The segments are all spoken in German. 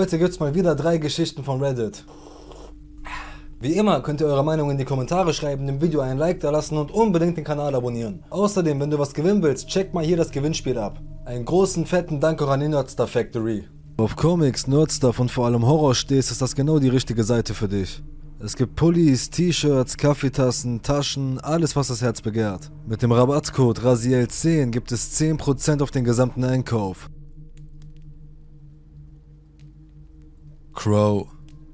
Heute gibt's mal wieder 3 Geschichten von Reddit. Wie immer könnt ihr eure Meinung in die Kommentare schreiben, dem Video einen Like da lassen und unbedingt den Kanal abonnieren. Außerdem, wenn du was gewinnen willst, check mal hier das Gewinnspiel ab. Einen großen, fetten Dank auch an die Nerdstar Factory. Auf Comics, Nerdstuff und vor allem Horror stehst, ist das genau die richtige Seite für dich. Es gibt Pullis, T-Shirts, Kaffeetassen, Taschen, alles was das Herz begehrt. Mit dem Rabattcode RAZIEL10 gibt es 10% auf den gesamten Einkauf. Crow.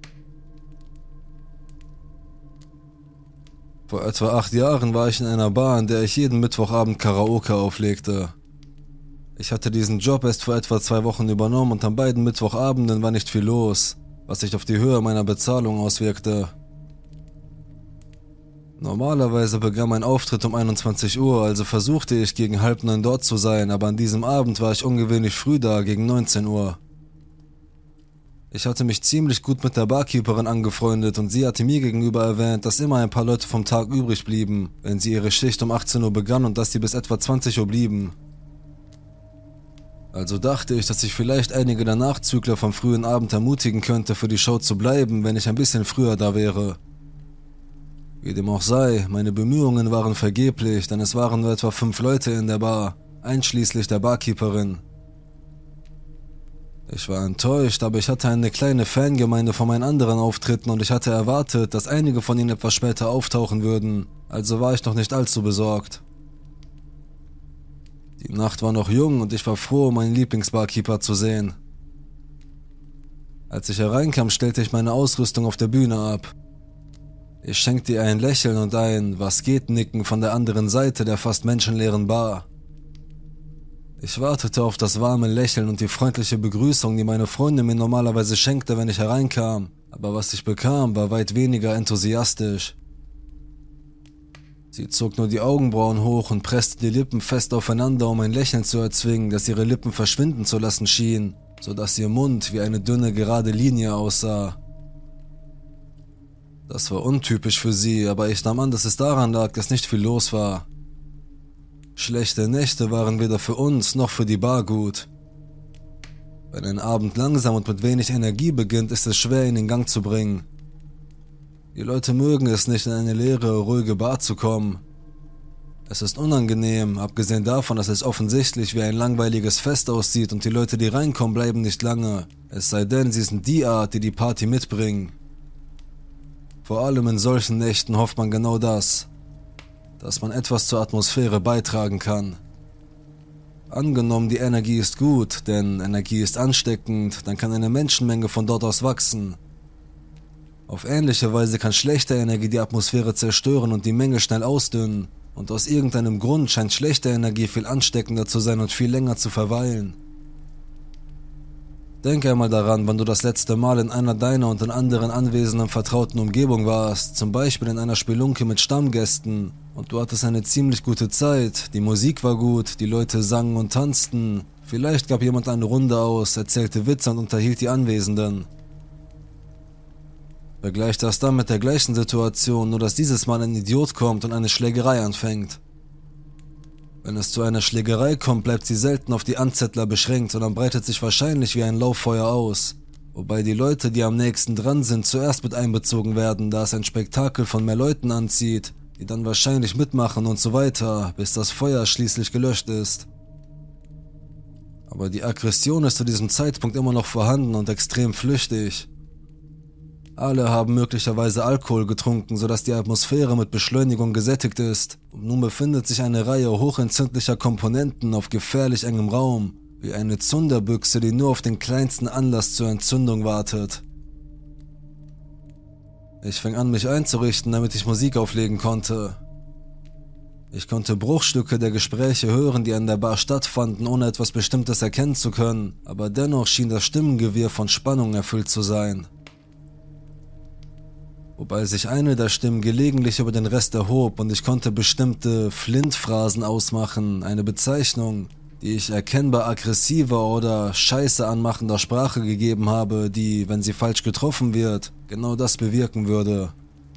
Vor etwa 8 Jahren war ich in einer Bar, in der ich jeden Mittwochabend Karaoke auflegte. Ich hatte diesen Job erst vor etwa 2 Wochen übernommen und an beiden Mittwochabenden war nicht viel los, was sich auf die Höhe meiner Bezahlung auswirkte. Normalerweise begann mein Auftritt um 21 Uhr, also versuchte ich gegen 8:30 dort zu sein, aber an diesem Abend war ich ungewöhnlich früh da, gegen 19 Uhr. Ich hatte mich ziemlich gut mit der Barkeeperin angefreundet und sie hatte mir gegenüber erwähnt, dass immer ein paar Leute vom Tag übrig blieben, wenn sie ihre Schicht um 18 Uhr begann und dass sie bis etwa 20 Uhr blieben. Also dachte ich, dass ich vielleicht einige der Nachzügler vom frühen Abend ermutigen könnte, für die Show zu bleiben, wenn ich ein bisschen früher da wäre. Wie dem auch sei, meine Bemühungen waren vergeblich, denn es waren nur etwa 5 Leute in der Bar, einschließlich der Barkeeperin. Ich war enttäuscht, aber ich hatte eine kleine Fangemeinde von meinen anderen Auftritten und ich hatte erwartet, dass einige von ihnen etwas später auftauchen würden, also war ich noch nicht allzu besorgt. Die Nacht war noch jung und ich war froh, meinen Lieblingsbarkeeper zu sehen. Als ich hereinkam, stellte ich meine Ausrüstung auf der Bühne ab. Ich schenkte ihr ein Lächeln und ein Was-geht-Nicken von der anderen Seite der fast menschenleeren Bar. Ich wartete auf das warme Lächeln und die freundliche Begrüßung, die meine Freundin mir normalerweise schenkte, wenn ich hereinkam, aber was ich bekam, war weit weniger enthusiastisch. Sie zog nur die Augenbrauen hoch und presste die Lippen fest aufeinander, um ein Lächeln zu erzwingen, das ihre Lippen verschwinden zu lassen schien, sodass ihr Mund wie eine dünne, gerade Linie aussah. Das war untypisch für sie, aber ich nahm an, dass es daran lag, dass nicht viel los war. Schlechte Nächte waren weder für uns noch für die Bar gut. Wenn ein Abend langsam und mit wenig Energie beginnt, ist es schwer, ihn in Gang zu bringen. Die Leute mögen es nicht, in eine leere, ruhige Bar zu kommen. Es ist unangenehm, abgesehen davon, dass es offensichtlich wie ein langweiliges Fest aussieht und die Leute, die reinkommen, bleiben nicht lange, es sei denn, sie sind die Art, die die Party mitbringen. Vor allem in solchen Nächten hofft man genau das, dass man etwas zur Atmosphäre beitragen kann. Angenommen, die Energie ist gut, denn Energie ist ansteckend, dann kann eine Menschenmenge von dort aus wachsen. Auf ähnliche Weise kann schlechte Energie die Atmosphäre zerstören und die Menge schnell ausdünnen, und aus irgendeinem Grund scheint schlechte Energie viel ansteckender zu sein und viel länger zu verweilen. Denk einmal daran, wann du das letzte Mal in einer deiner und in anderen anwesenden vertrauten Umgebung warst, zum Beispiel in einer Spelunke mit Stammgästen, und du hattest eine ziemlich gute Zeit, die Musik war gut, die Leute sangen und tanzten, vielleicht gab jemand eine Runde aus, erzählte Witze und unterhielt die Anwesenden. Vergleich das dann mit der gleichen Situation, nur dass dieses Mal ein Idiot kommt und eine Schlägerei anfängt. Wenn es zu einer Schlägerei kommt, bleibt sie selten auf die Anzettler beschränkt, sondern breitet sich wahrscheinlich wie ein Lauffeuer aus. Wobei die Leute, die am nächsten dran sind, zuerst mit einbezogen werden, da es ein Spektakel von mehr Leuten anzieht, die dann wahrscheinlich mitmachen und so weiter, bis das Feuer schließlich gelöscht ist. Aber die Aggression ist zu diesem Zeitpunkt immer noch vorhanden und extrem flüchtig. Alle haben möglicherweise Alkohol getrunken, sodass die Atmosphäre mit Beschleunigung gesättigt ist. Und nun befindet sich eine Reihe hochentzündlicher Komponenten auf gefährlich engem Raum, wie eine Zunderbüchse, die nur auf den kleinsten Anlass zur Entzündung wartet. Ich fing an, mich einzurichten, damit ich Musik auflegen konnte. Ich konnte Bruchstücke der Gespräche hören, die an der Bar stattfanden, ohne etwas Bestimmtes erkennen zu können, aber dennoch schien das Stimmengewirr von Spannung erfüllt zu sein. Wobei sich eine der Stimmen gelegentlich über den Rest erhob und ich konnte bestimmte Flint-Phrasen ausmachen, eine Bezeichnung, die ich erkennbar aggressiver oder scheiße anmachender Sprache gegeben habe, die, wenn sie falsch getroffen wird, genau das bewirken würde.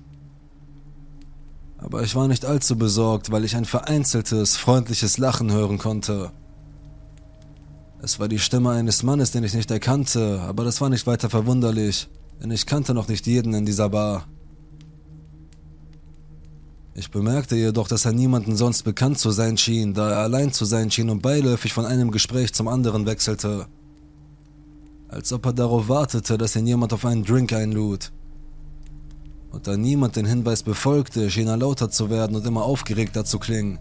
Aber ich war nicht allzu besorgt, weil ich ein vereinzeltes, freundliches Lachen hören konnte. Es war die Stimme eines Mannes, den ich nicht erkannte, aber das war nicht weiter verwunderlich, denn ich kannte noch nicht jeden in dieser Bar. Ich bemerkte jedoch, dass er niemanden sonst bekannt zu sein schien, da er allein zu sein schien und beiläufig von einem Gespräch zum anderen wechselte. Als ob er darauf wartete, dass ihn jemand auf einen Drink einlud. Und da niemand den Hinweis befolgte, schien er lauter zu werden und immer aufgeregter zu klingen.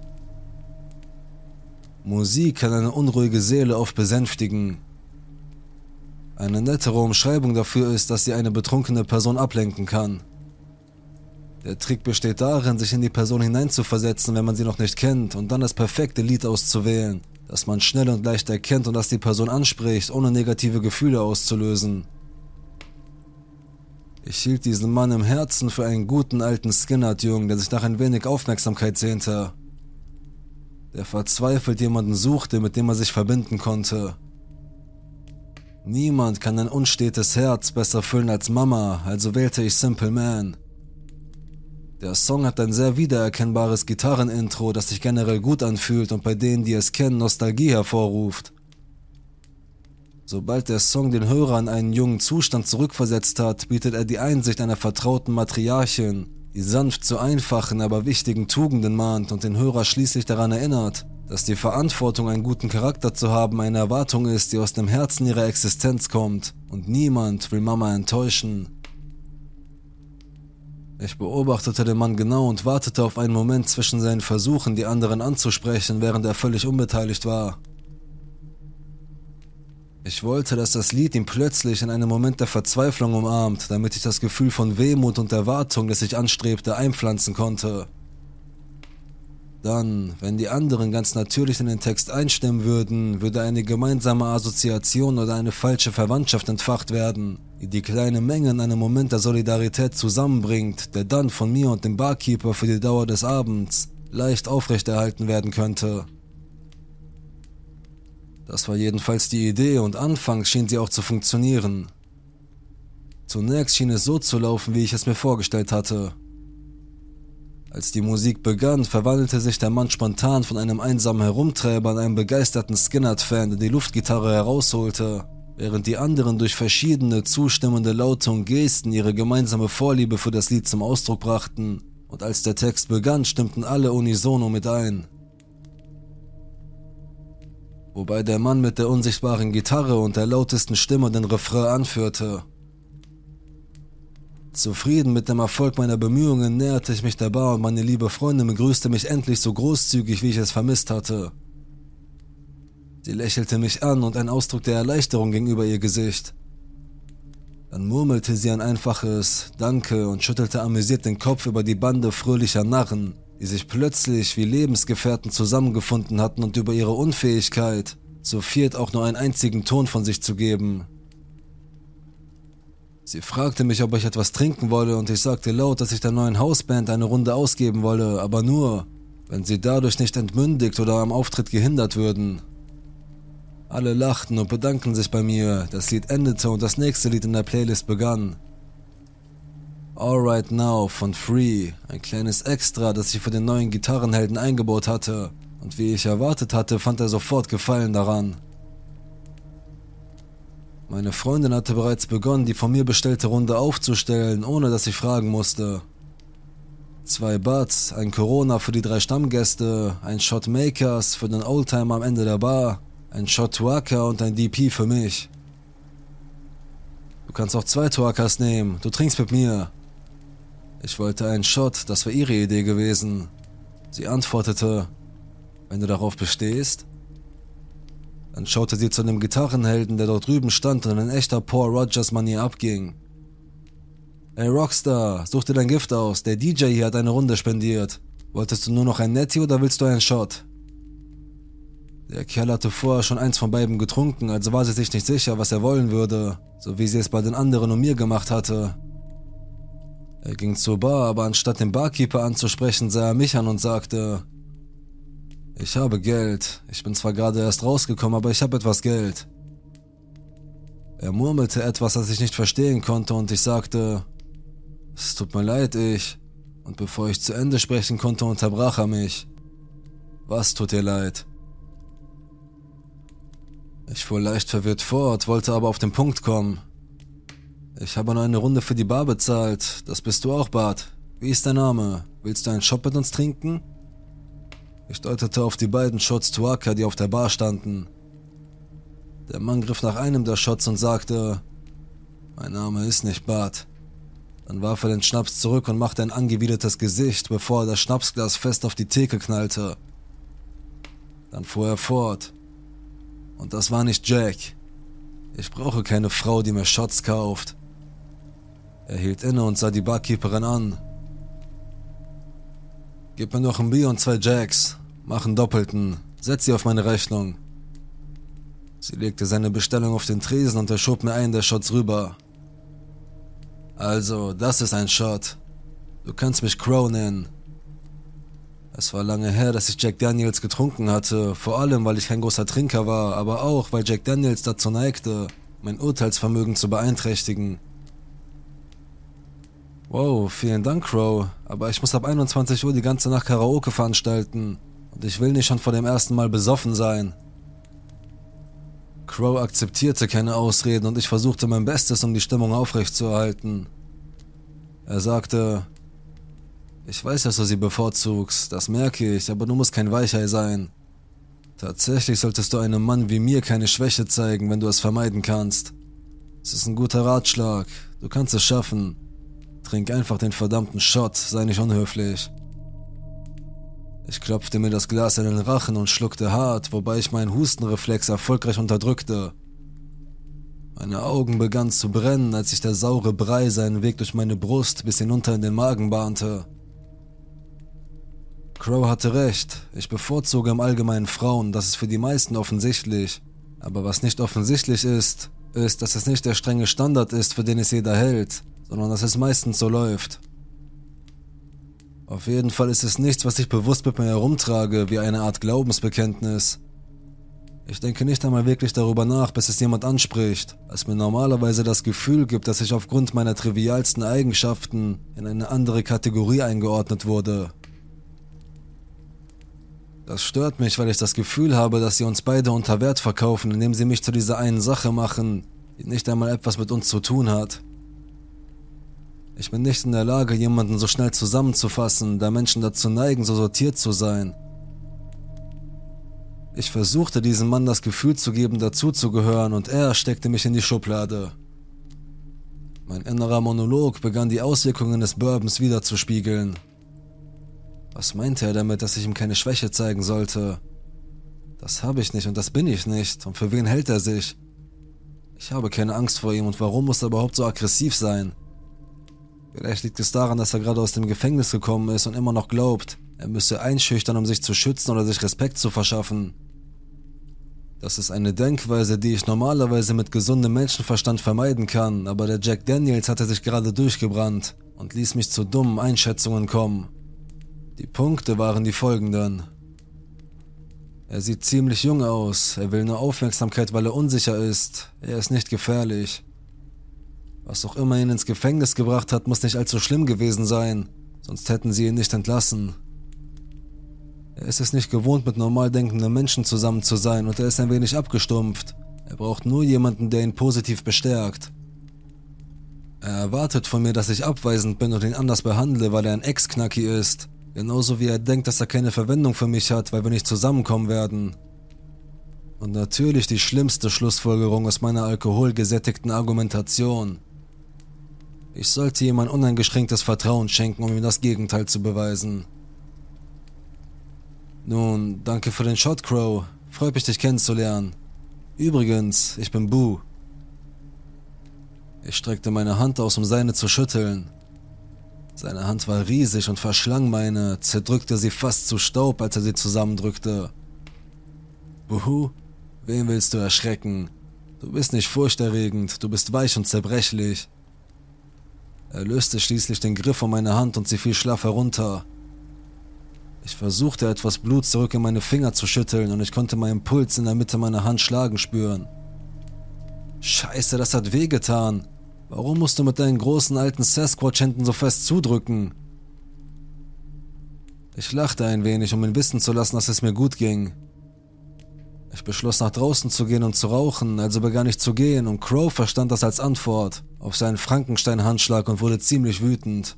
Musik kann eine unruhige Seele oft besänftigen. Eine nettere Umschreibung dafür ist, dass sie eine betrunkene Person ablenken kann. Der Trick besteht darin, sich in die Person hineinzuversetzen, wenn man sie noch nicht kennt, und dann das perfekte Lied auszuwählen, das man schnell und leicht erkennt und das die Person anspricht, ohne negative Gefühle auszulösen. Ich hielt diesen Mann im Herzen für einen guten alten Skinhead-Jungen, der sich nach ein wenig Aufmerksamkeit sehnte. Der verzweifelt jemanden suchte, mit dem er sich verbinden konnte. Niemand kann ein unstetes Herz besser füllen als Mama, also wählte ich Simple Man. Der Song hat ein sehr wiedererkennbares Gitarrenintro, das sich generell gut anfühlt und bei denen, die es kennen, Nostalgie hervorruft. Sobald der Song den Hörer in einen jungen Zustand zurückversetzt hat, bietet er die Einsicht einer vertrauten Matriarchin, die sanft zu einfachen, aber wichtigen Tugenden mahnt und den Hörer schließlich daran erinnert, dass die Verantwortung, einen guten Charakter zu haben, eine Erwartung ist, die aus dem Herzen ihrer Existenz kommt, und niemand will Mama enttäuschen. Ich beobachtete den Mann genau und wartete auf einen Moment zwischen seinen Versuchen, die anderen anzusprechen, während er völlig unbeteiligt war. Ich wollte, dass das Lied ihn plötzlich in einem Moment der Verzweiflung umarmt, damit ich das Gefühl von Wehmut und Erwartung, das ich anstrebte, einpflanzen konnte. Dann, wenn die anderen ganz natürlich in den Text einstimmen würden, würde eine gemeinsame Assoziation oder eine falsche Verwandtschaft entfacht werden, die kleine Menge in einem Moment der Solidarität zusammenbringt, der dann von mir und dem Barkeeper für die Dauer des Abends leicht aufrechterhalten werden könnte. Das war jedenfalls die Idee und anfangs schien sie auch zu funktionieren. Zunächst schien es so zu laufen, wie ich es mir vorgestellt hatte. Als die Musik begann, verwandelte sich der Mann spontan von einem einsamen Herumtreiber in einen begeisterten Skinhead-Fan, der die Luftgitarre herausholte, während die anderen durch verschiedene zustimmende Laute und Gesten ihre gemeinsame Vorliebe für das Lied zum Ausdruck brachten, und als der Text begann, stimmten alle unisono mit ein. Wobei der Mann mit der unsichtbaren Gitarre und der lautesten Stimme den Refrain anführte. Zufrieden mit dem Erfolg meiner Bemühungen näherte ich mich der Bar und meine liebe Freundin begrüßte mich endlich so großzügig, wie ich es vermisst hatte. Sie lächelte mich an und ein Ausdruck der Erleichterung ging über ihr Gesicht. Dann murmelte sie ein einfaches Danke und schüttelte amüsiert den Kopf über die Bande fröhlicher Narren, die sich plötzlich wie Lebensgefährten zusammengefunden hatten und über ihre Unfähigkeit, zu viert auch nur einen einzigen Ton von sich zu geben. Sie fragte mich, ob ich etwas trinken wolle, und ich sagte laut, dass ich der neuen Hausband eine Runde ausgeben wolle, aber nur, wenn sie dadurch nicht entmündigt oder am Auftritt gehindert würden. Alle lachten und bedankten sich bei mir, das Lied endete und das nächste Lied in der Playlist begann. All Right Now von Free, ein kleines Extra, das ich für den neuen Gitarrenhelden eingebaut hatte, und wie ich erwartet hatte, fand er sofort Gefallen daran. Meine Freundin hatte bereits begonnen, die von mir bestellte Runde aufzustellen, ohne dass ich fragen musste. 2 Buds, ein Corona für die 3 Stammgäste, ein Shot Makers für den Oldtimer am Ende der Bar, ein Shot Tuaca und ein DP für mich. Du kannst auch 2 Tuacas nehmen, du trinkst mit mir. Ich wollte einen Shot, das war ihre Idee gewesen. Sie antwortete, wenn du darauf bestehst. Dann schaute sie zu dem Gitarrenhelden, der dort drüben stand und in echter Paul Rogers-Manier abging. Ey Rockstar, such dir dein Gift aus, der DJ hier hat eine Runde spendiert. Wolltest du nur noch ein Netty oder willst du einen Shot? Der Kerl hatte vorher schon eins von beiden getrunken, also war sie sich nicht sicher, was er wollen würde, so wie sie es bei den anderen und mir gemacht hatte. Er ging zur Bar, aber anstatt den Barkeeper anzusprechen, sah er mich an und sagte: Ich habe Geld. Ich bin zwar gerade erst rausgekommen, aber ich habe etwas Geld. Er murmelte etwas, das ich nicht verstehen konnte, und ich sagte: Es tut mir leid, ich. Und bevor ich zu Ende sprechen konnte, unterbrach er mich. Was tut dir leid? Ich fuhr leicht verwirrt fort, wollte aber auf den Punkt kommen. Ich habe nur eine Runde für die Bar bezahlt. Das bist du auch, Bart. Wie ist dein Name? Willst du einen Shot mit uns trinken? Ich deutete auf die beiden Shots Tuaca, die auf der Bar standen. Der Mann griff nach einem der Shots und sagte: Mein Name ist nicht Bart. Dann warf er den Schnaps zurück und machte ein angewidertes Gesicht, bevor er das Schnapsglas fest auf die Theke knallte. Dann fuhr er fort. Und das war nicht Jack. Ich brauche keine Frau, die mir Shots kauft. Er hielt inne und sah die Barkeeperin an. Gib mir noch ein Bier und 2 Jacks. Mach einen Doppelten. Setz sie auf meine Rechnung. Sie legte seine Bestellung auf den Tresen und er schob mir einen der Shots rüber. Also, das ist ein Shot. Du kannst mich Crow nennen. Es war lange her, dass ich Jack Daniels getrunken hatte, vor allem, weil ich kein großer Trinker war, aber auch, weil Jack Daniels dazu neigte, mein Urteilsvermögen zu beeinträchtigen. Wow, vielen Dank, Crow, aber ich muss ab 21 Uhr die ganze Nacht Karaoke veranstalten und ich will nicht schon vor dem ersten Mal besoffen sein. Crow akzeptierte keine Ausreden und ich versuchte mein Bestes, um die Stimmung aufrechtzuerhalten. Er sagte: Ich weiß, dass du sie bevorzugst, das merke ich, aber du musst kein Weichei sein. Tatsächlich solltest du einem Mann wie mir keine Schwäche zeigen, wenn du es vermeiden kannst. Es ist ein guter Ratschlag, du kannst es schaffen. Trink einfach den verdammten Shot, sei nicht unhöflich. Ich klopfte mir das Glas in den Rachen und schluckte hart, wobei ich meinen Hustenreflex erfolgreich unterdrückte. Meine Augen begannen zu brennen, als sich der saure Brei seinen Weg durch meine Brust bis hinunter in den Magen bahnte. Crow hatte recht, ich bevorzuge im Allgemeinen Frauen, das ist für die meisten offensichtlich. Aber was nicht offensichtlich ist, dass es nicht der strenge Standard ist, für den es jeder hält, sondern dass es meistens so läuft. Auf jeden Fall ist es nichts, was ich bewusst mit mir herumtrage, wie eine Art Glaubensbekenntnis. Ich denke nicht einmal wirklich darüber nach, bis es jemand anspricht, was mir normalerweise das Gefühl gibt, dass ich aufgrund meiner trivialsten Eigenschaften in eine andere Kategorie eingeordnet wurde. Das stört mich, weil ich das Gefühl habe, dass sie uns beide unter Wert verkaufen, indem sie mich zu dieser einen Sache machen, die nicht einmal etwas mit uns zu tun hat. Ich bin nicht in der Lage, jemanden so schnell zusammenzufassen, da Menschen dazu neigen, so sortiert zu sein. Ich versuchte diesem Mann das Gefühl zu geben, dazuzugehören, und er steckte mich in die Schublade. Mein innerer Monolog begann die Auswirkungen des Bourbons wiederzuspiegeln. Was meinte er damit, dass ich ihm keine Schwäche zeigen sollte? Das habe ich nicht und das bin ich nicht. Und für wen hält er sich? Ich habe keine Angst vor ihm und warum muss er überhaupt so aggressiv sein? Vielleicht liegt es daran, dass er gerade aus dem Gefängnis gekommen ist und immer noch glaubt, er müsse einschüchtern, um sich zu schützen oder sich Respekt zu verschaffen. Das ist eine Denkweise, die ich normalerweise mit gesundem Menschenverstand vermeiden kann, aber der Jack Daniels hatte sich gerade durchgebrannt und ließ mich zu dummen Einschätzungen kommen. Die Punkte waren die folgenden. Er sieht ziemlich jung aus, er will nur Aufmerksamkeit, weil er unsicher ist, er ist nicht gefährlich. Was auch immer ihn ins Gefängnis gebracht hat, muss nicht allzu schlimm gewesen sein, sonst hätten sie ihn nicht entlassen. Er ist es nicht gewohnt, mit normal denkenden Menschen zusammen zu sein und er ist ein wenig abgestumpft. Er braucht nur jemanden, der ihn positiv bestärkt. Er erwartet von mir, dass ich abweisend bin und ihn anders behandle, weil er ein Ex-Knacki ist. Genauso wie er denkt, dass er keine Verwendung für mich hat, weil wir nicht zusammenkommen werden. Und natürlich die schlimmste Schlussfolgerung aus meiner alkoholgesättigten Argumentation. Ich sollte ihm ein uneingeschränktes Vertrauen schenken, um ihm das Gegenteil zu beweisen. Nun, danke für den Shot, Crow. Freut mich, dich kennenzulernen. Übrigens, ich bin Boo. Ich streckte meine Hand aus, um seine zu schütteln. Seine Hand war riesig und verschlang meine, zerdrückte sie fast zu Staub, als er sie zusammendrückte. Buhu, wen willst du erschrecken? Du bist nicht furchterregend, du bist weich und zerbrechlich. Er löste schließlich den Griff von meiner Hand und sie fiel schlaff herunter. Ich versuchte etwas Blut zurück in meine Finger zu schütteln und ich konnte meinen Puls in der Mitte meiner Hand schlagen spüren. Scheiße, das hat wehgetan. Warum musst du mit deinen großen alten Sasquatch-Händen so fest zudrücken? Ich lachte ein wenig, um ihn wissen zu lassen, dass es mir gut ging. Ich beschloss, nach draußen zu gehen und zu rauchen, also begann ich zu gehen und Crow verstand das als Antwort auf seinen Frankenstein-Handschlag und wurde ziemlich wütend.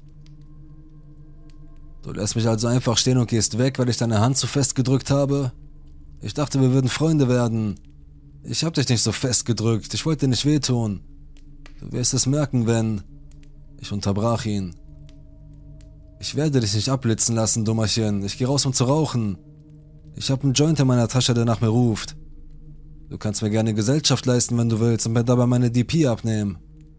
Du lässt mich also einfach stehen und gehst weg, weil ich deine Hand zu fest gedrückt habe? Ich dachte, wir würden Freunde werden. Ich hab dich nicht so fest gedrückt, ich wollte dir nicht wehtun. Du wirst es merken, wenn... Ich unterbrach ihn. Ich werde dich nicht abblitzen lassen, Dummerchen. Ich gehe raus, um zu rauchen. Ich habe einen Joint in meiner Tasche, der nach mir ruft. Du kannst mir gerne Gesellschaft leisten, wenn du willst, und mir dabei meine DP abnehmen.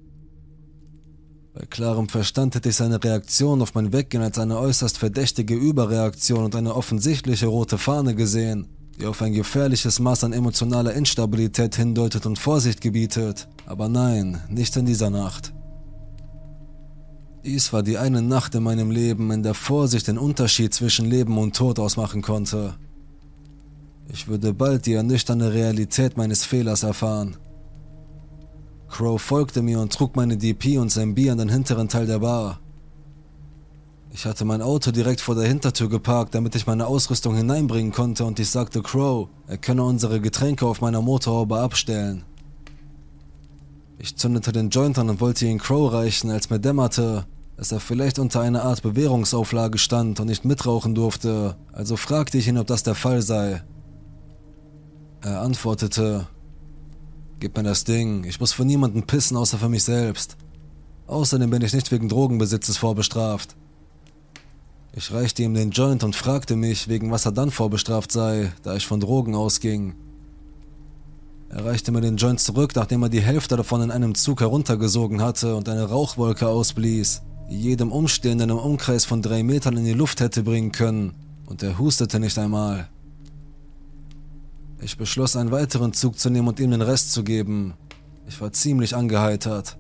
Bei klarem Verstand hätte ich seine Reaktion auf mein Weggehen als eine äußerst verdächtige Überreaktion und eine offensichtliche rote Fahne gesehen, die auf ein gefährliches Maß an emotionaler Instabilität hindeutet und Vorsicht gebietet. Aber nein, nicht in dieser Nacht. Dies war die eine Nacht in meinem Leben, in der Vorsicht den Unterschied zwischen Leben und Tod ausmachen konnte. Ich würde bald die ernüchternde Realität meines Fehlers erfahren. Crow folgte mir und trug meine DP und sein Bier in den hinteren Teil der Bar. Ich hatte mein Auto direkt vor der Hintertür geparkt, damit ich meine Ausrüstung hineinbringen konnte, und ich sagte Crow, er könne unsere Getränke auf meiner Motorhaube abstellen. Ich zündete den Joint an und wollte ihn Crow reichen, als mir dämmerte, dass er vielleicht unter einer Art Bewährungsauflage stand und nicht mitrauchen durfte, also fragte ich ihn, ob das der Fall sei. Er antwortete, gib mir das Ding, ich muss für niemanden pissen außer für mich selbst. Außerdem bin ich nicht wegen Drogenbesitzes vorbestraft. Ich reichte ihm den Joint und fragte mich, wegen was er dann vorbestraft sei, da ich von Drogen ausging. Er reichte mir den Joint zurück, nachdem er die Hälfte davon in einem Zug heruntergesogen hatte und eine Rauchwolke ausblies, die jedem Umstehenden im Umkreis von 3 Metern in die Luft hätte bringen können, und er hustete nicht einmal. Ich beschloss, einen weiteren Zug zu nehmen und ihm den Rest zu geben. Ich war ziemlich angeheitert.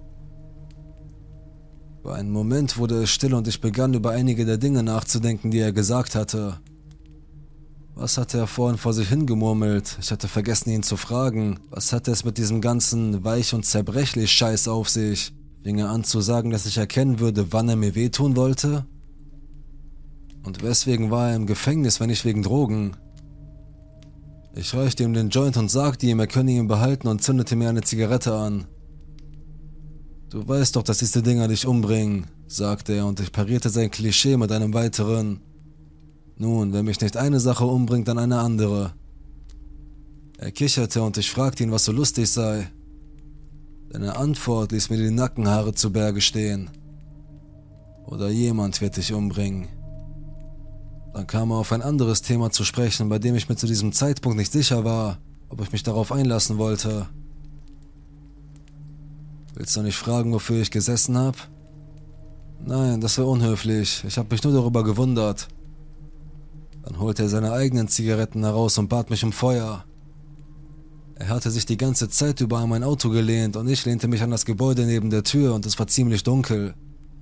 Für einen Moment wurde es still und ich begann über einige der Dinge nachzudenken, die er gesagt hatte. Was hatte er vorhin vor sich hingemurmelt? Ich hatte vergessen, ihn zu fragen. Was hatte es mit diesem ganzen weich und zerbrechlich Scheiß auf sich? Fing er an zu sagen, dass ich erkennen würde, wann er mir wehtun wollte? Und weswegen war er im Gefängnis, wenn nicht wegen Drogen? Ich reichte ihm den Joint und sagte ihm, er könne ihn behalten, und zündete mir eine Zigarette an. Du weißt doch, dass diese Dinger dich umbringen, sagte er, und ich parierte sein Klischee mit einem weiteren. Nun, wenn mich nicht eine Sache umbringt, dann eine andere. Er kicherte und ich fragte ihn, was so lustig sei. Seine Antwort ließ mir die Nackenhaare zu Berge stehen. Oder jemand wird dich umbringen. Dann kam er auf ein anderes Thema zu sprechen, bei dem ich mir zu diesem Zeitpunkt nicht sicher war, ob ich mich darauf einlassen wollte. Willst du nicht fragen, wofür ich gesessen habe? Nein, das wäre unhöflich. Ich habe mich nur darüber gewundert. Dann holte er seine eigenen Zigaretten heraus und bat mich um Feuer. Er hatte sich die ganze Zeit über an mein Auto gelehnt und ich lehnte mich an das Gebäude neben der Tür und es war ziemlich dunkel.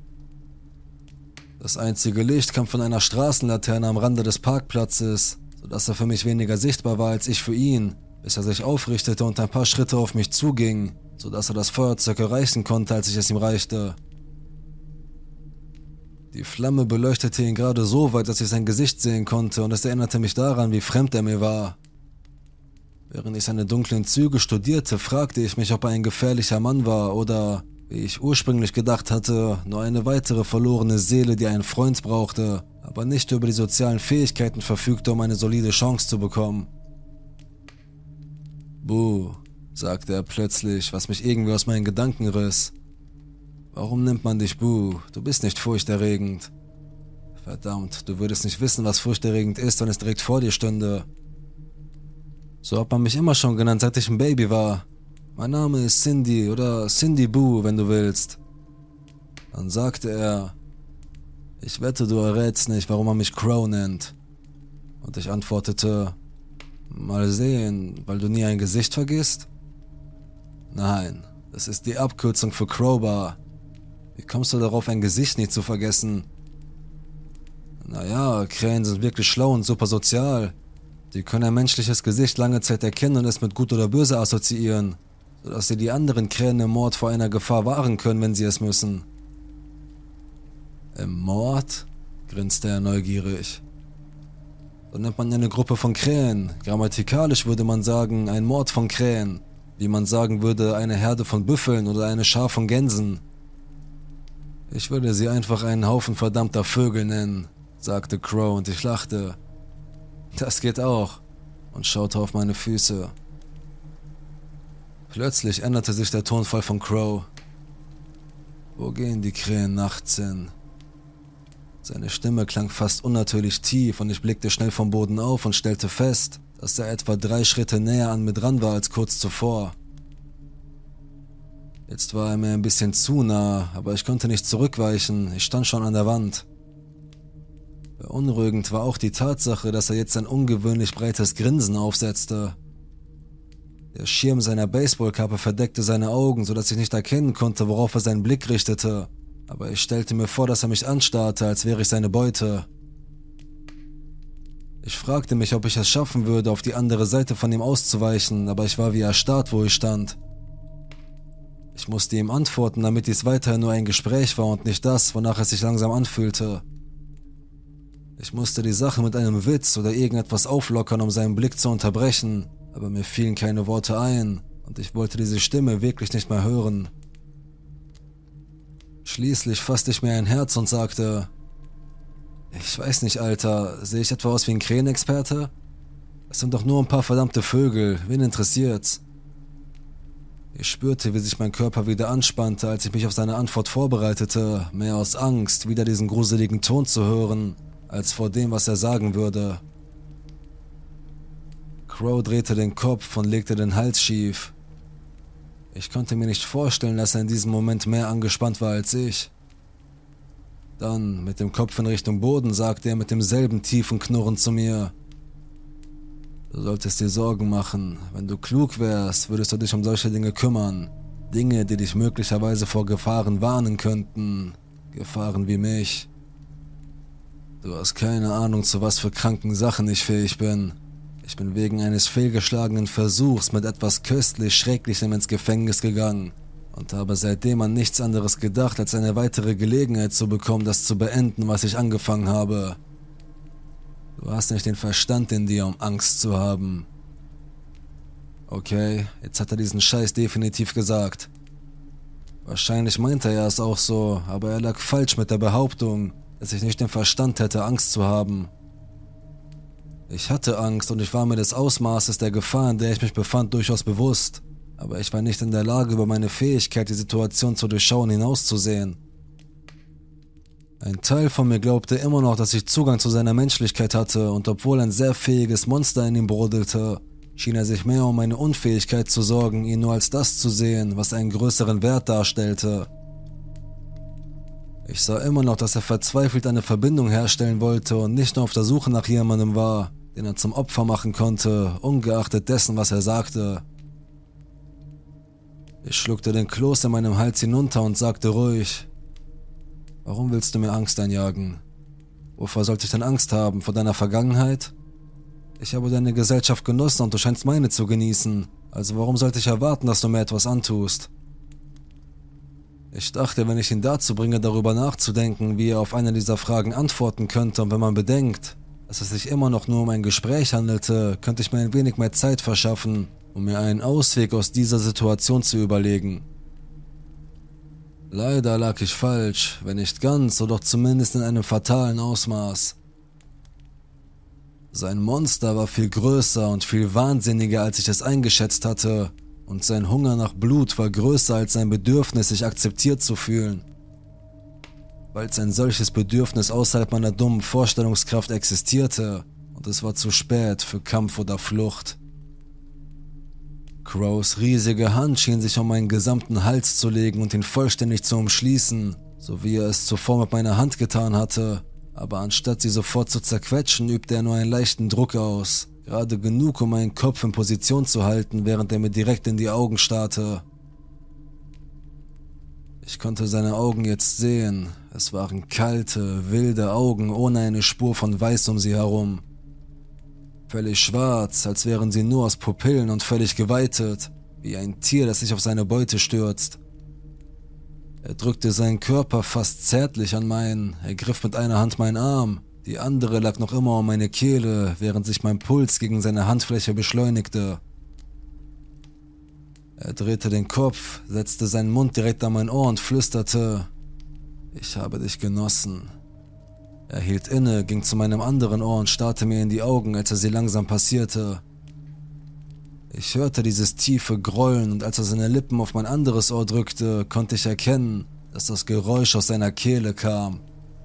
Das einzige Licht kam von einer Straßenlaterne am Rande des Parkplatzes, sodass er für mich weniger sichtbar war als ich für ihn, bis er sich aufrichtete und ein paar Schritte auf mich zuging, sodass er das Feuerzeug erreichen konnte, als ich es ihm reichte. Die Flamme beleuchtete ihn gerade so weit, dass ich sein Gesicht sehen konnte, und es erinnerte mich daran, wie fremd er mir war. Während ich seine dunklen Züge studierte, fragte ich mich, ob er ein gefährlicher Mann war oder, wie ich ursprünglich gedacht hatte, nur eine weitere verlorene Seele, die einen Freund brauchte, aber nicht über die sozialen Fähigkeiten verfügte, um eine solide Chance zu bekommen. Buh, sagte er plötzlich, was mich irgendwie aus meinen Gedanken riss. Warum nennt man dich Buh? Du bist nicht furchterregend. Verdammt, du würdest nicht wissen, was furchterregend ist, wenn es direkt vor dir stünde. So hat man mich immer schon genannt, seit ich ein Baby war. Mein Name ist Cindy oder Cindy Buh, wenn du willst. Dann sagte er, ich wette, du errätst nicht, warum man mich Crow nennt. Und ich antwortete, mal sehen, weil du nie ein Gesicht vergisst? Nein, das ist die Abkürzung für Crowbar. Wie kommst du darauf, ein Gesicht nicht zu vergessen? Naja, Krähen sind wirklich schlau und super sozial. Die können ein menschliches Gesicht lange Zeit erkennen und es mit gut oder böse assoziieren, sodass sie die anderen Krähen im Mord vor einer Gefahr wahren können, wenn sie es müssen. Im Mord? Grinste er neugierig. So nennt man eine Gruppe von Krähen. Grammatikalisch würde man sagen, ein Mord von Krähen. Wie man sagen würde, eine Herde von Büffeln oder eine Schar von Gänsen. Ich würde sie einfach einen Haufen verdammter Vögel nennen, sagte Crow und ich lachte. Das geht auch, und schaute auf meine Füße. Plötzlich änderte sich der Tonfall von Crow. Wo gehen die Krähen nachts hin? Seine Stimme klang fast unnatürlich tief und ich blickte schnell vom Boden auf und stellte fest, dass er etwa 3 Schritte näher an mir dran war als kurz zuvor. Jetzt war er mir ein bisschen zu nah, aber ich konnte nicht zurückweichen, ich stand schon an der Wand. Beunruhigend war auch die Tatsache, dass er jetzt ein ungewöhnlich breites Grinsen aufsetzte. Der Schirm seiner Baseballkappe verdeckte seine Augen, sodass ich nicht erkennen konnte, worauf er seinen Blick richtete, aber ich stellte mir vor, dass er mich anstarrte, als wäre ich seine Beute. Ich fragte mich, ob ich es schaffen würde, auf die andere Seite von ihm auszuweichen, aber ich war wie erstarrt, wo ich stand. Ich musste ihm antworten, damit dies weiterhin nur ein Gespräch war und nicht das, wonach es sich langsam anfühlte. Ich musste die Sache mit einem Witz oder irgendetwas auflockern, um seinen Blick zu unterbrechen, aber mir fielen keine Worte ein und ich wollte diese Stimme wirklich nicht mehr hören. Schließlich fasste ich mir ein Herz und sagte: Ich weiß nicht, Alter, sehe ich etwa aus wie ein Krähenexperte? Es sind doch nur ein paar verdammte Vögel, wen interessiert's? Ich spürte, wie sich mein Körper wieder anspannte, als ich mich auf seine Antwort vorbereitete, mehr aus Angst, wieder diesen gruseligen Ton zu hören, als vor dem, was er sagen würde. Crow drehte den Kopf und legte den Hals schief. Ich konnte mir nicht vorstellen, dass er in diesem Moment mehr angespannt war als ich. Dann, mit dem Kopf in Richtung Boden, sagte er mit demselben tiefen Knurren zu mir: Du solltest dir Sorgen machen. Wenn du klug wärst, würdest du dich um solche Dinge kümmern. Dinge, die dich möglicherweise vor Gefahren warnen könnten. Gefahren wie mich. Du hast keine Ahnung, zu was für kranken Sachen ich fähig bin. Ich bin wegen eines fehlgeschlagenen Versuchs mit etwas köstlich Schrecklichem ins Gefängnis gegangen und habe seitdem an nichts anderes gedacht, als eine weitere Gelegenheit zu bekommen, das zu beenden, was ich angefangen habe. Du hast nicht den Verstand in dir, um Angst zu haben. Okay, jetzt hat er diesen Scheiß definitiv gesagt. Wahrscheinlich meinte er es auch so, aber er lag falsch mit der Behauptung, dass ich nicht den Verstand hätte, Angst zu haben. Ich hatte Angst und ich war mir des Ausmaßes der Gefahr, in der ich mich befand, durchaus bewusst, aber ich war nicht in der Lage, über meine Fähigkeit, die Situation zu durchschauen, hinauszusehen. Ein Teil von mir glaubte immer noch, dass ich Zugang zu seiner Menschlichkeit hatte, und obwohl ein sehr fähiges Monster in ihm brodelte, schien er sich mehr um meine Unfähigkeit zu sorgen, ihn nur als das zu sehen, was einen größeren Wert darstellte. Ich sah immer noch, dass er verzweifelt eine Verbindung herstellen wollte und nicht nur auf der Suche nach jemandem war, den er zum Opfer machen konnte, ungeachtet dessen, was er sagte. Ich schluckte den Kloß in meinem Hals hinunter und sagte ruhig: Warum willst du mir Angst einjagen? Wovor sollte ich denn Angst haben? Vor deiner Vergangenheit? Ich habe deine Gesellschaft genossen und du scheinst meine zu genießen, also warum sollte ich erwarten, dass du mir etwas antust? Ich dachte, wenn ich ihn dazu bringe, darüber nachzudenken, wie er auf eine dieser Fragen antworten könnte, und wenn man bedenkt, dass es sich immer noch nur um ein Gespräch handelte, könnte ich mir ein wenig mehr Zeit verschaffen, um mir einen Ausweg aus dieser Situation zu überlegen. Leider lag ich falsch, wenn nicht ganz, so doch zumindest in einem fatalen Ausmaß. Sein Monster war viel größer und viel wahnsinniger, als ich es eingeschätzt hatte, und sein Hunger nach Blut war größer als sein Bedürfnis, sich akzeptiert zu fühlen. Falls ein solches Bedürfnis außerhalb meiner dummen Vorstellungskraft existierte, und es war zu spät für Kampf oder Flucht. Crows riesige Hand schien sich um meinen gesamten Hals zu legen und ihn vollständig zu umschließen, so wie er es zuvor mit meiner Hand getan hatte, aber anstatt sie sofort zu zerquetschen, übte er nur einen leichten Druck aus, gerade genug, um meinen Kopf in Position zu halten, während er mir direkt in die Augen starrte. Ich konnte seine Augen jetzt sehen. Es waren kalte, wilde Augen ohne eine Spur von Weiß um sie herum. Völlig schwarz, als wären sie nur aus Pupillen und völlig geweitet, wie ein Tier, das sich auf seine Beute stürzt. Er drückte seinen Körper fast zärtlich an meinen, er griff mit einer Hand meinen Arm, Die andere lag noch immer um meine Kehle, während sich mein Puls gegen seine Handfläche beschleunigte. Er drehte den Kopf, setzte seinen Mund direkt an mein Ohr und flüsterte: »Ich habe dich genossen.« Er hielt inne, ging zu meinem anderen Ohr und starrte mir in die Augen, als er sie langsam passierte. Ich hörte dieses tiefe Grollen und als er seine Lippen auf mein anderes Ohr drückte, konnte ich erkennen, dass das Geräusch aus seiner Kehle kam.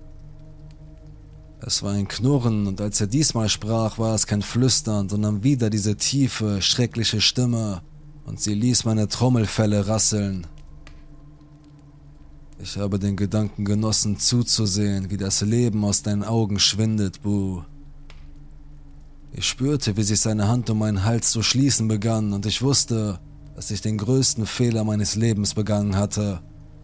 Es war ein Knurren und als er diesmal sprach, war es kein Flüstern, sondern wieder diese tiefe, schreckliche Stimme und sie ließ meine Trommelfelle rasseln. Ich habe den Gedanken genossen, zuzusehen, wie das Leben aus deinen Augen schwindet, Bu. Ich spürte, wie sich seine Hand um meinen Hals zu schließen begann und ich wusste, dass ich den größten Fehler meines Lebens begangen hatte.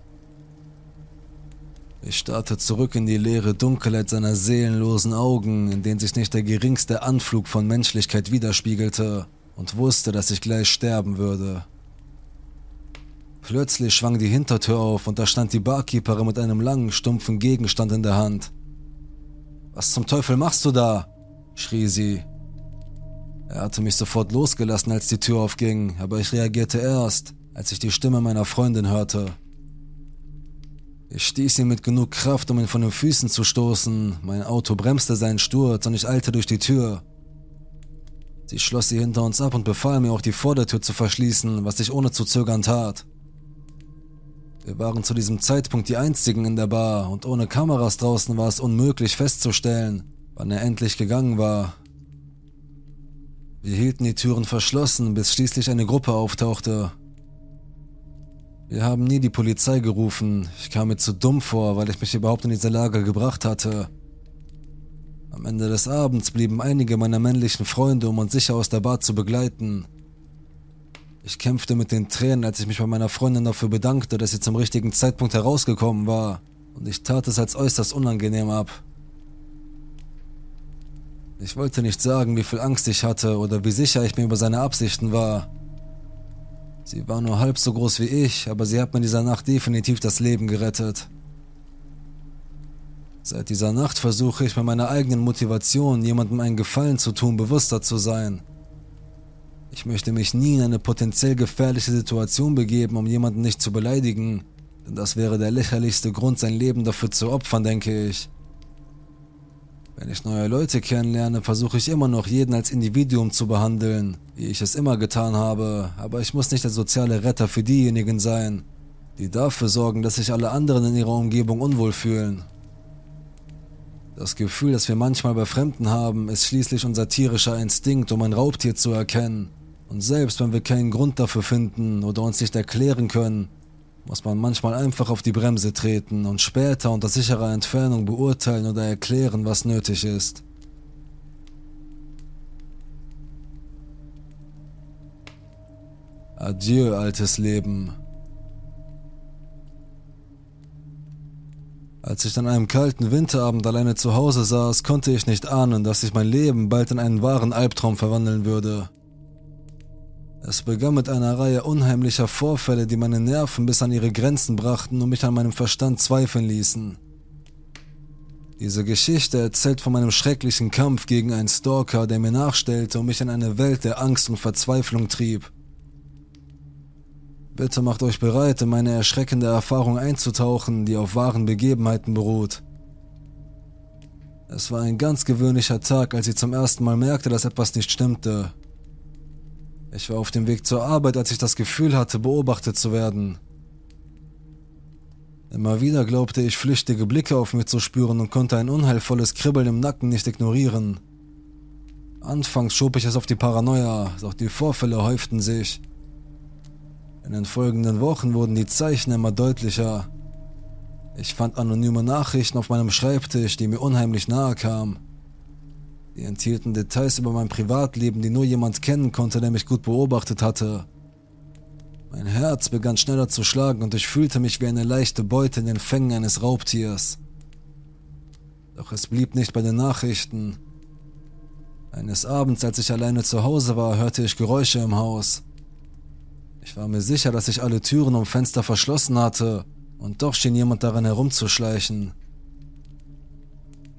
Ich starrte zurück in die leere Dunkelheit seiner seelenlosen Augen, in denen sich nicht der geringste Anflug von Menschlichkeit widerspiegelte, und wusste, dass ich gleich sterben würde. Plötzlich schwang die Hintertür auf und da stand die Barkeeperin mit einem langen, stumpfen Gegenstand in der Hand. »Was zum Teufel machst du da?« schrie sie. Er hatte mich sofort losgelassen, als die Tür aufging, aber ich reagierte erst, als ich die Stimme meiner Freundin hörte. Ich stieß ihn mit genug Kraft, um ihn von den Füßen zu stoßen. Mein Auto bremste seinen Sturz und ich eilte durch die Tür. Sie schloss sie hinter uns ab und befahl mir auch die Vordertür zu verschließen, was ich ohne zu zögern tat. Wir waren zu diesem Zeitpunkt die einzigen in der Bar und ohne Kameras draußen war es unmöglich festzustellen, wann er endlich gegangen war. Wir hielten die Türen verschlossen, bis schließlich eine Gruppe auftauchte. Wir haben nie die Polizei gerufen, ich kam mir zu dumm vor, weil ich mich überhaupt in diese Lage gebracht hatte. Am Ende des Abends blieben einige meiner männlichen Freunde, um uns sicher aus der Bar zu begleiten. Ich kämpfte mit den Tränen, als ich mich bei meiner Freundin dafür bedankte, dass sie zum richtigen Zeitpunkt herausgekommen war, und ich tat es als äußerst unangenehm ab. Ich wollte nicht sagen, wie viel Angst ich hatte oder wie sicher ich mir über seine Absichten war. Sie war nur halb so groß wie ich, aber sie hat mir in dieser Nacht definitiv das Leben gerettet. Seit dieser Nacht versuche ich mit meiner eigenen Motivation, jemandem einen Gefallen zu tun, bewusster zu sein. Ich möchte mich nie in eine potenziell gefährliche Situation begeben, um jemanden nicht zu beleidigen, denn das wäre der lächerlichste Grund, sein Leben dafür zu opfern, denke ich. Wenn ich neue Leute kennenlerne, versuche ich immer noch, jeden als Individuum zu behandeln, wie ich es immer getan habe, aber ich muss nicht der soziale Retter für diejenigen sein, die dafür sorgen, dass sich alle anderen in ihrer Umgebung unwohl fühlen. Das Gefühl, das wir manchmal bei Fremden haben, ist schließlich unser tierischer Instinkt, um ein Raubtier zu erkennen. Und selbst wenn wir keinen Grund dafür finden oder uns nicht erklären können, muss man manchmal einfach auf die Bremse treten und später unter sicherer Entfernung beurteilen oder erklären, was nötig ist. Adieu, altes Leben. Als ich an einem kalten Winterabend alleine zu Hause saß, konnte ich nicht ahnen, dass sich mein Leben bald in einen wahren Albtraum verwandeln würde. Es begann mit einer Reihe unheimlicher Vorfälle, die meine Nerven bis an ihre Grenzen brachten und mich an meinem Verstand zweifeln ließen. Diese Geschichte erzählt von meinem schrecklichen Kampf gegen einen Stalker, der mir nachstellte und mich in eine Welt der Angst und Verzweiflung trieb. Bitte macht euch bereit, in meine erschreckende Erfahrung einzutauchen, die auf wahren Begebenheiten beruht. Es war ein ganz gewöhnlicher Tag, als ich zum ersten Mal merkte, dass etwas nicht stimmte. Ich war auf dem Weg zur Arbeit, als ich das Gefühl hatte, beobachtet zu werden. Immer wieder glaubte ich, flüchtige Blicke auf mich zu spüren und konnte ein unheilvolles Kribbeln im Nacken nicht ignorieren. Anfangs schob ich es auf die Paranoia, doch die Vorfälle häuften sich. In den folgenden Wochen wurden die Zeichen immer deutlicher. Ich fand anonyme Nachrichten auf meinem Schreibtisch, die mir unheimlich nahe kamen. Die enthielten Details über mein Privatleben, die nur jemand kennen konnte, der mich gut beobachtet hatte. Mein Herz begann schneller zu schlagen und ich fühlte mich wie eine leichte Beute in den Fängen eines Raubtiers. Doch es blieb nicht bei den Nachrichten. Eines Abends, als ich alleine zu Hause war, hörte ich Geräusche im Haus. Ich war mir sicher, dass ich alle Türen und Fenster verschlossen hatte, und doch schien jemand daran herumzuschleichen.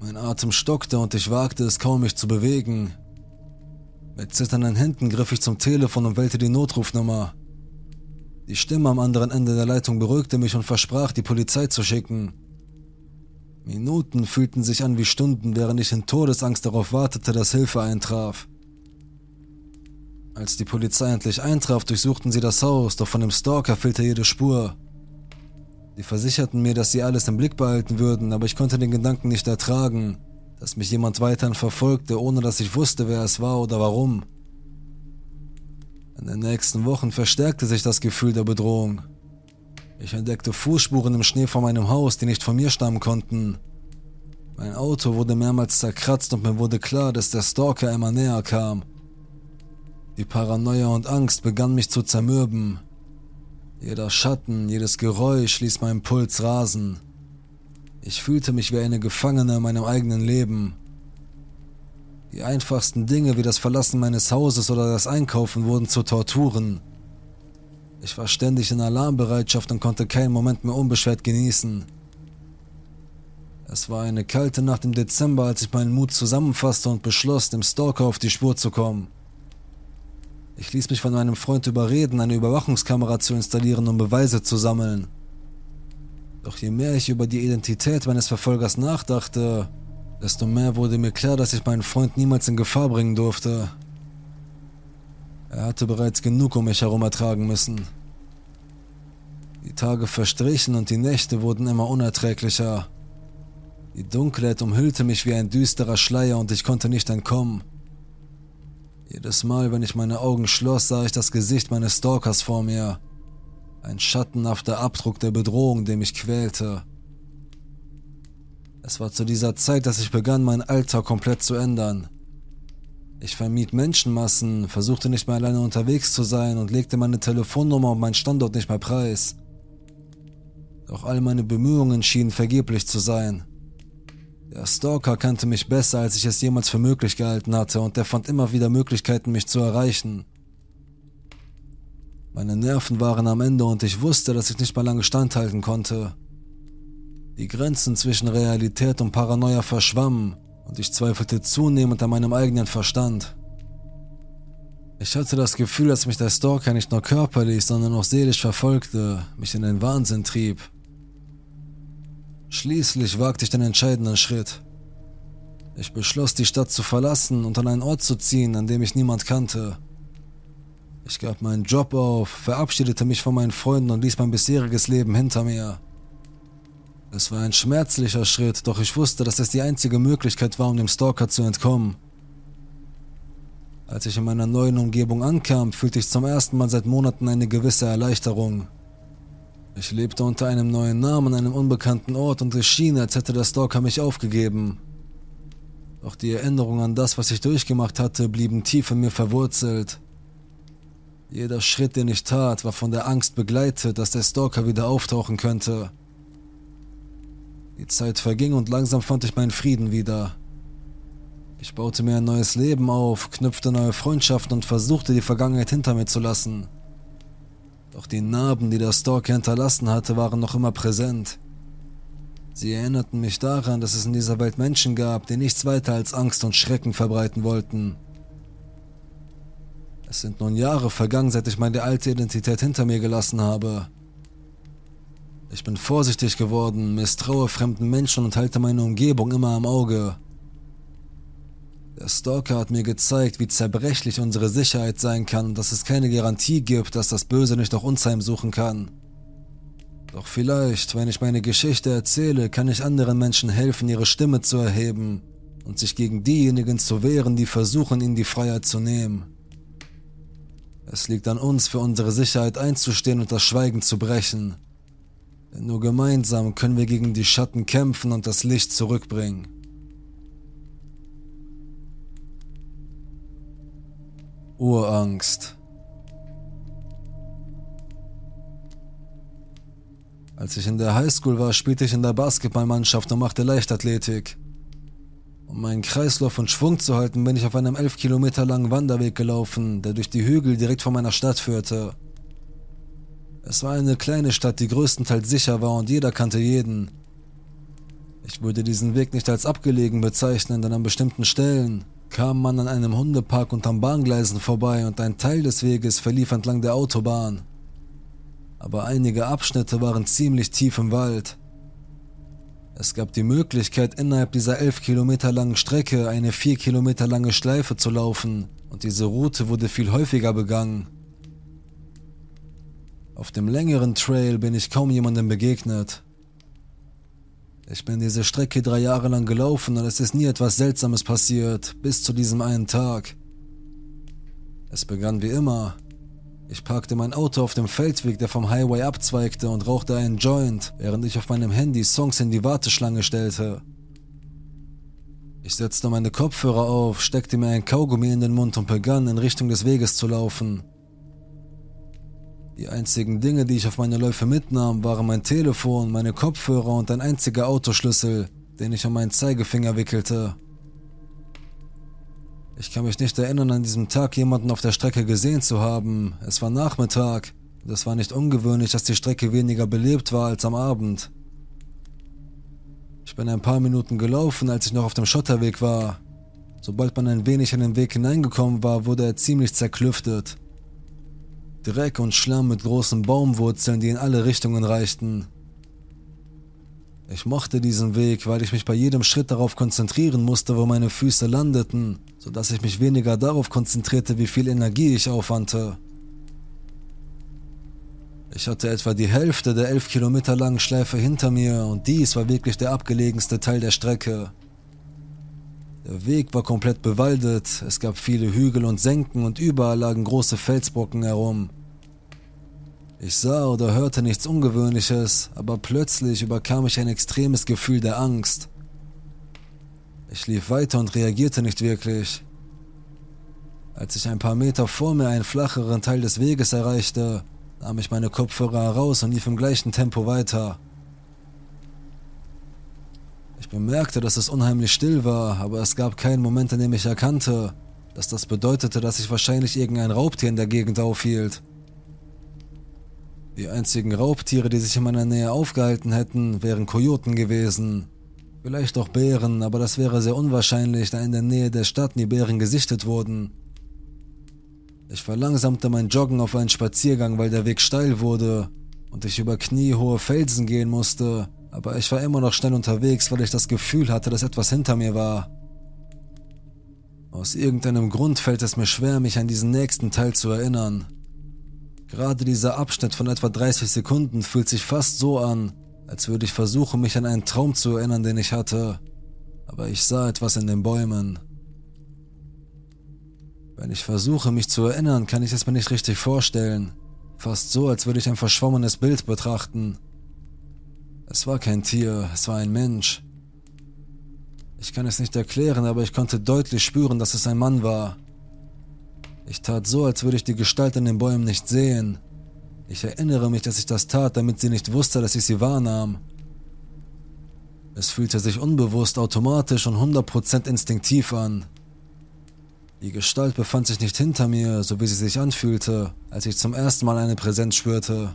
Mein Atem stockte und ich wagte es kaum, mich zu bewegen. Mit zitternden Händen griff ich zum Telefon und wählte die Notrufnummer. Die Stimme am anderen Ende der Leitung beruhigte mich und versprach, die Polizei zu schicken. Minuten fühlten sich an wie Stunden, während ich in Todesangst darauf wartete, dass Hilfe eintraf. Als die Polizei endlich eintraf, durchsuchten sie das Haus, doch von dem Stalker fehlte jede Spur. Sie versicherten mir, dass sie alles im Blick behalten würden, aber ich konnte den Gedanken nicht ertragen, dass mich jemand weiterhin verfolgte, ohne dass ich wusste, wer es war oder warum. In den nächsten Wochen verstärkte sich das Gefühl der Bedrohung. Ich entdeckte Fußspuren im Schnee vor meinem Haus, die nicht von mir stammen konnten. Mein Auto wurde mehrmals zerkratzt und mir wurde klar, dass der Stalker immer näher kam. Die Paranoia und Angst begannen mich zu zermürben. Jeder Schatten, jedes Geräusch ließ meinen Puls rasen. Ich fühlte mich wie eine Gefangene in meinem eigenen Leben. Die einfachsten Dinge wie das Verlassen meines Hauses oder das Einkaufen wurden zu Torturen. Ich war ständig in Alarmbereitschaft und konnte keinen Moment mehr unbeschwert genießen. Es war eine kalte Nacht im Dezember, als ich meinen Mut zusammenfasste und beschloss, dem Stalker auf die Spur zu kommen. Ich ließ mich von meinem Freund überreden, eine Überwachungskamera zu installieren, um Beweise zu sammeln. Doch je mehr ich über die Identität meines Verfolgers nachdachte, desto mehr wurde mir klar, dass ich meinen Freund niemals in Gefahr bringen durfte. Er hatte bereits genug um mich herum ertragen müssen. Die Tage verstrichen und die Nächte wurden immer unerträglicher. Die Dunkelheit umhüllte mich wie ein düsterer Schleier und ich konnte nicht entkommen. Jedes Mal, wenn ich meine Augen schloss, sah ich das Gesicht meines Stalkers vor mir. Ein schattenhafter Abdruck der Bedrohung, der mich quälte. Es war zu dieser Zeit, dass ich begann, meinen Alltag komplett zu ändern. Ich vermied Menschenmassen, versuchte nicht mehr alleine unterwegs zu sein und legte meine Telefonnummer und meinen Standort nicht mehr preis. Doch all meine Bemühungen schienen vergeblich zu sein. Der Stalker kannte mich besser, als ich es jemals für möglich gehalten hatte, und er fand immer wieder Möglichkeiten, mich zu erreichen. Meine Nerven waren am Ende und ich wusste, dass ich nicht mehr lange standhalten konnte. Die Grenzen zwischen Realität und Paranoia verschwammen und ich zweifelte zunehmend an meinem eigenen Verstand. Ich hatte das Gefühl, dass mich der Stalker nicht nur körperlich, sondern auch seelisch verfolgte, mich in den Wahnsinn trieb. Schließlich wagte ich den entscheidenden Schritt. Ich beschloss, die Stadt zu verlassen und an einen Ort zu ziehen, an dem ich niemand kannte. Ich gab meinen Job auf, verabschiedete mich von meinen Freunden und ließ mein bisheriges Leben hinter mir. Es war ein schmerzlicher Schritt, doch ich wusste, dass es die einzige Möglichkeit war, um dem Stalker zu entkommen. Als ich in meiner neuen Umgebung ankam, fühlte ich zum ersten Mal seit Monaten eine gewisse Erleichterung. Ich lebte unter einem neuen Namen an einem unbekannten Ort und es schien, als hätte der Stalker mich aufgegeben. Doch die Erinnerungen an das, was ich durchgemacht hatte, blieben tief in mir verwurzelt. Jeder Schritt, den ich tat, war von der Angst begleitet, dass der Stalker wieder auftauchen könnte. Die Zeit verging und langsam fand ich meinen Frieden wieder. Ich baute mir ein neues Leben auf, knüpfte neue Freundschaften und versuchte, die Vergangenheit hinter mir zu lassen. Doch die Narben, die der Stalker hinterlassen hatte, waren noch immer präsent. Sie erinnerten mich daran, dass es in dieser Welt Menschen gab, die nichts weiter als Angst und Schrecken verbreiten wollten. Es sind nun Jahre vergangen, seit ich meine alte Identität hinter mir gelassen habe. Ich bin vorsichtig geworden, misstraue fremden Menschen und halte meine Umgebung immer am Auge. Der Stalker hat mir gezeigt, wie zerbrechlich unsere Sicherheit sein kann und dass es keine Garantie gibt, dass das Böse nicht auch uns heimsuchen kann. Doch vielleicht, wenn ich meine Geschichte erzähle, kann ich anderen Menschen helfen, ihre Stimme zu erheben und sich gegen diejenigen zu wehren, die versuchen, ihnen die Freiheit zu nehmen. Es liegt an uns, für unsere Sicherheit einzustehen und das Schweigen zu brechen. Denn nur gemeinsam können wir gegen die Schatten kämpfen und das Licht zurückbringen. Urangst. Als ich in der Highschool war, spielte ich in der Basketballmannschaft und machte Leichtathletik. Um meinen Kreislauf und Schwung zu halten, bin ich auf einem 11 Kilometer langen Wanderweg gelaufen, der durch die Hügel direkt vor meiner Stadt führte. Es war eine kleine Stadt, die größtenteils sicher war und jeder kannte jeden. Ich würde diesen Weg nicht als abgelegen bezeichnen, denn an bestimmten Stellen kam man an einem Hundepark und an Bahngleisen vorbei und ein Teil des Weges verlief entlang der Autobahn. Aber einige Abschnitte waren ziemlich tief im Wald. Es gab die Möglichkeit, innerhalb dieser 11 Kilometer langen Strecke eine 4 Kilometer lange Schleife zu laufen, und diese Route wurde viel häufiger begangen. Auf dem längeren Trail bin ich kaum jemandem begegnet. Ich bin diese Strecke 3 Jahre lang gelaufen und es ist nie etwas Seltsames passiert, bis zu diesem einen Tag. Es begann wie immer. Ich parkte mein Auto auf dem Feldweg, der vom Highway abzweigte, und rauchte einen Joint, während ich auf meinem Handy Songs in die Warteschlange stellte. Ich setzte meine Kopfhörer auf, steckte mir ein Kaugummi in den Mund und begann, in Richtung des Weges zu laufen. Die einzigen Dinge, die ich auf meine Läufe mitnahm, waren mein Telefon, meine Kopfhörer und ein einziger Autoschlüssel, den ich um meinen Zeigefinger wickelte. Ich kann mich nicht erinnern, an diesem Tag jemanden auf der Strecke gesehen zu haben. Es war Nachmittag und es war nicht ungewöhnlich, dass die Strecke weniger belebt war als am Abend. Ich bin ein paar Minuten gelaufen, als ich noch auf dem Schotterweg war. Sobald man ein wenig in den Weg hineingekommen war, wurde er ziemlich zerklüftet. Dreck und Schlamm mit großen Baumwurzeln, die in alle Richtungen reichten. Ich mochte diesen Weg, weil ich mich bei jedem Schritt darauf konzentrieren musste, wo meine Füße landeten, sodass ich mich weniger darauf konzentrierte, wie viel Energie ich aufwandte. Ich hatte etwa die Hälfte der 11 Kilometer langen Schleife hinter mir und dies war wirklich der abgelegenste Teil der Strecke. Der Weg war komplett bewaldet, es gab viele Hügel und Senken und überall lagen große Felsbrocken herum. Ich sah oder hörte nichts Ungewöhnliches, aber plötzlich überkam ich ein extremes Gefühl der Angst. Ich lief weiter und reagierte nicht wirklich. Als ich ein paar Meter vor mir einen flacheren Teil des Weges erreichte, nahm ich meine Kopfhörer heraus und lief im gleichen Tempo weiter. Ich bemerkte, dass es unheimlich still war, aber es gab keinen Moment, in dem ich erkannte, dass das bedeutete, dass sich wahrscheinlich irgendein Raubtier in der Gegend aufhielt. Die einzigen Raubtiere, die sich in meiner Nähe aufgehalten hätten, wären Kojoten gewesen. Vielleicht auch Bären, aber das wäre sehr unwahrscheinlich, da in der Nähe der Stadt nie Bären gesichtet wurden. Ich verlangsamte mein Joggen auf einen Spaziergang, weil der Weg steil wurde und ich über kniehohe Felsen gehen musste, aber ich war immer noch schnell unterwegs, weil ich das Gefühl hatte, dass etwas hinter mir war. Aus irgendeinem Grund fällt es mir schwer, mich an diesen nächsten Teil zu erinnern. Gerade dieser Abschnitt von etwa 30 Sekunden fühlt sich fast so an, als würde ich versuchen, mich an einen Traum zu erinnern, den ich hatte, aber ich sah etwas in den Bäumen. Wenn ich versuche, mich zu erinnern, kann ich es mir nicht richtig vorstellen. Fast so, als würde ich ein verschwommenes Bild betrachten. Es war kein Tier, es war ein Mensch. Ich kann es nicht erklären, aber ich konnte deutlich spüren, dass es ein Mann war. Ich tat so, als würde ich die Gestalt in den Bäumen nicht sehen. Ich erinnere mich, dass ich das tat, damit sie nicht wusste, dass ich sie wahrnahm. Es fühlte sich unbewusst, automatisch und 100% instinktiv an. Die Gestalt befand sich nicht hinter mir, so wie sie sich anfühlte, als ich zum ersten Mal eine Präsenz spürte.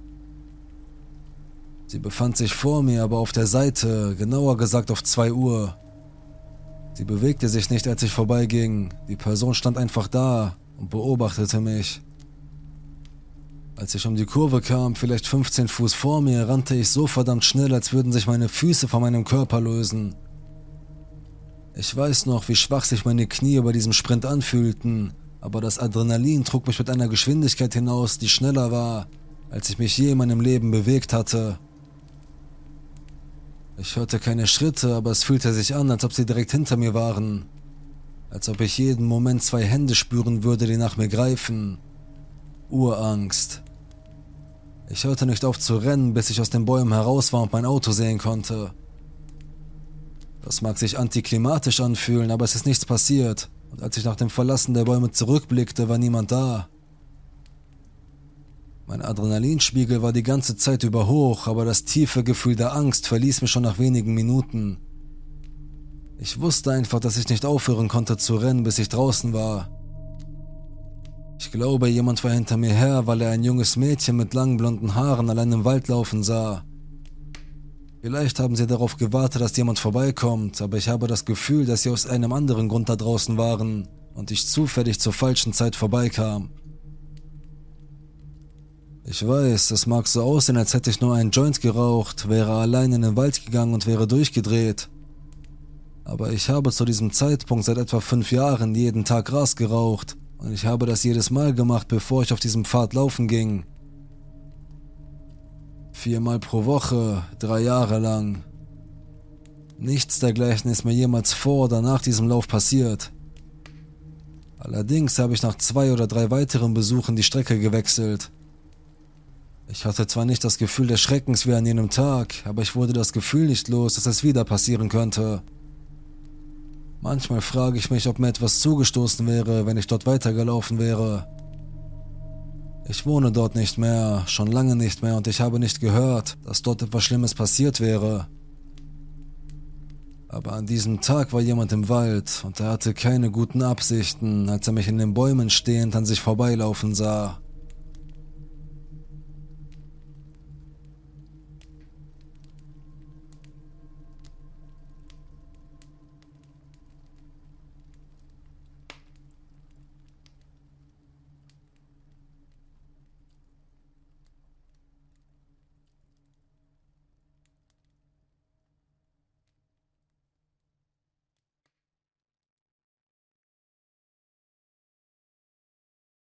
Sie befand sich vor mir, aber auf der Seite, genauer gesagt auf 2 Uhr. Sie bewegte sich nicht, als ich vorbeiging. Die Person stand einfach da und beobachtete mich. Als ich um die Kurve kam, vielleicht 15 Fuß vor mir, rannte ich so verdammt schnell, als würden sich meine Füße von meinem Körper lösen. Ich weiß noch, wie schwach sich meine Knie bei diesem Sprint anfühlten, aber das Adrenalin trug mich mit einer Geschwindigkeit hinaus, die schneller war, als ich mich je in meinem Leben bewegt hatte. Ich hörte keine Schritte, aber es fühlte sich an, als ob sie direkt hinter mir waren. Als ob ich jeden Moment 2 Hände spüren würde, die nach mir greifen. Urangst. Ich hörte nicht auf zu rennen, bis ich aus den Bäumen heraus war und mein Auto sehen konnte. Das mag sich antiklimatisch anfühlen, aber es ist nichts passiert. Und als ich nach dem Verlassen der Bäume zurückblickte, war niemand da. Mein Adrenalinspiegel war die ganze Zeit über hoch, aber das tiefe Gefühl der Angst verließ mich schon nach wenigen Minuten. Ich wusste einfach, dass ich nicht aufhören konnte zu rennen, bis ich draußen war. Ich glaube, jemand war hinter mir her, weil er ein junges Mädchen mit langen blonden Haaren allein im Wald laufen sah. Vielleicht haben sie darauf gewartet, dass jemand vorbeikommt, aber ich habe das Gefühl, dass sie aus einem anderen Grund da draußen waren und ich zufällig zur falschen Zeit vorbeikam. Ich weiß, es mag so aussehen, als hätte ich nur einen Joint geraucht, wäre allein in den Wald gegangen und wäre durchgedreht. Aber ich habe zu diesem Zeitpunkt seit etwa 5 Jahren jeden Tag Gras geraucht und ich habe das jedes Mal gemacht, bevor ich auf diesem Pfad laufen ging. 4-mal pro Woche, 3 Jahre lang. Nichts dergleichen ist mir jemals vor oder nach diesem Lauf passiert. Allerdings habe ich nach 2 oder 3 weiteren Besuchen die Strecke gewechselt. Ich hatte zwar nicht das Gefühl des Schreckens wie an jenem Tag, aber ich wurde das Gefühl nicht los, dass es wieder passieren könnte. Manchmal frage ich mich, ob mir etwas zugestoßen wäre, wenn ich dort weitergelaufen wäre. Ich wohne dort nicht mehr, schon lange nicht mehr, und ich habe nicht gehört, dass dort etwas Schlimmes passiert wäre. Aber an diesem Tag war jemand im Wald und er hatte keine guten Absichten, als er mich in den Bäumen stehend an sich vorbeilaufen sah.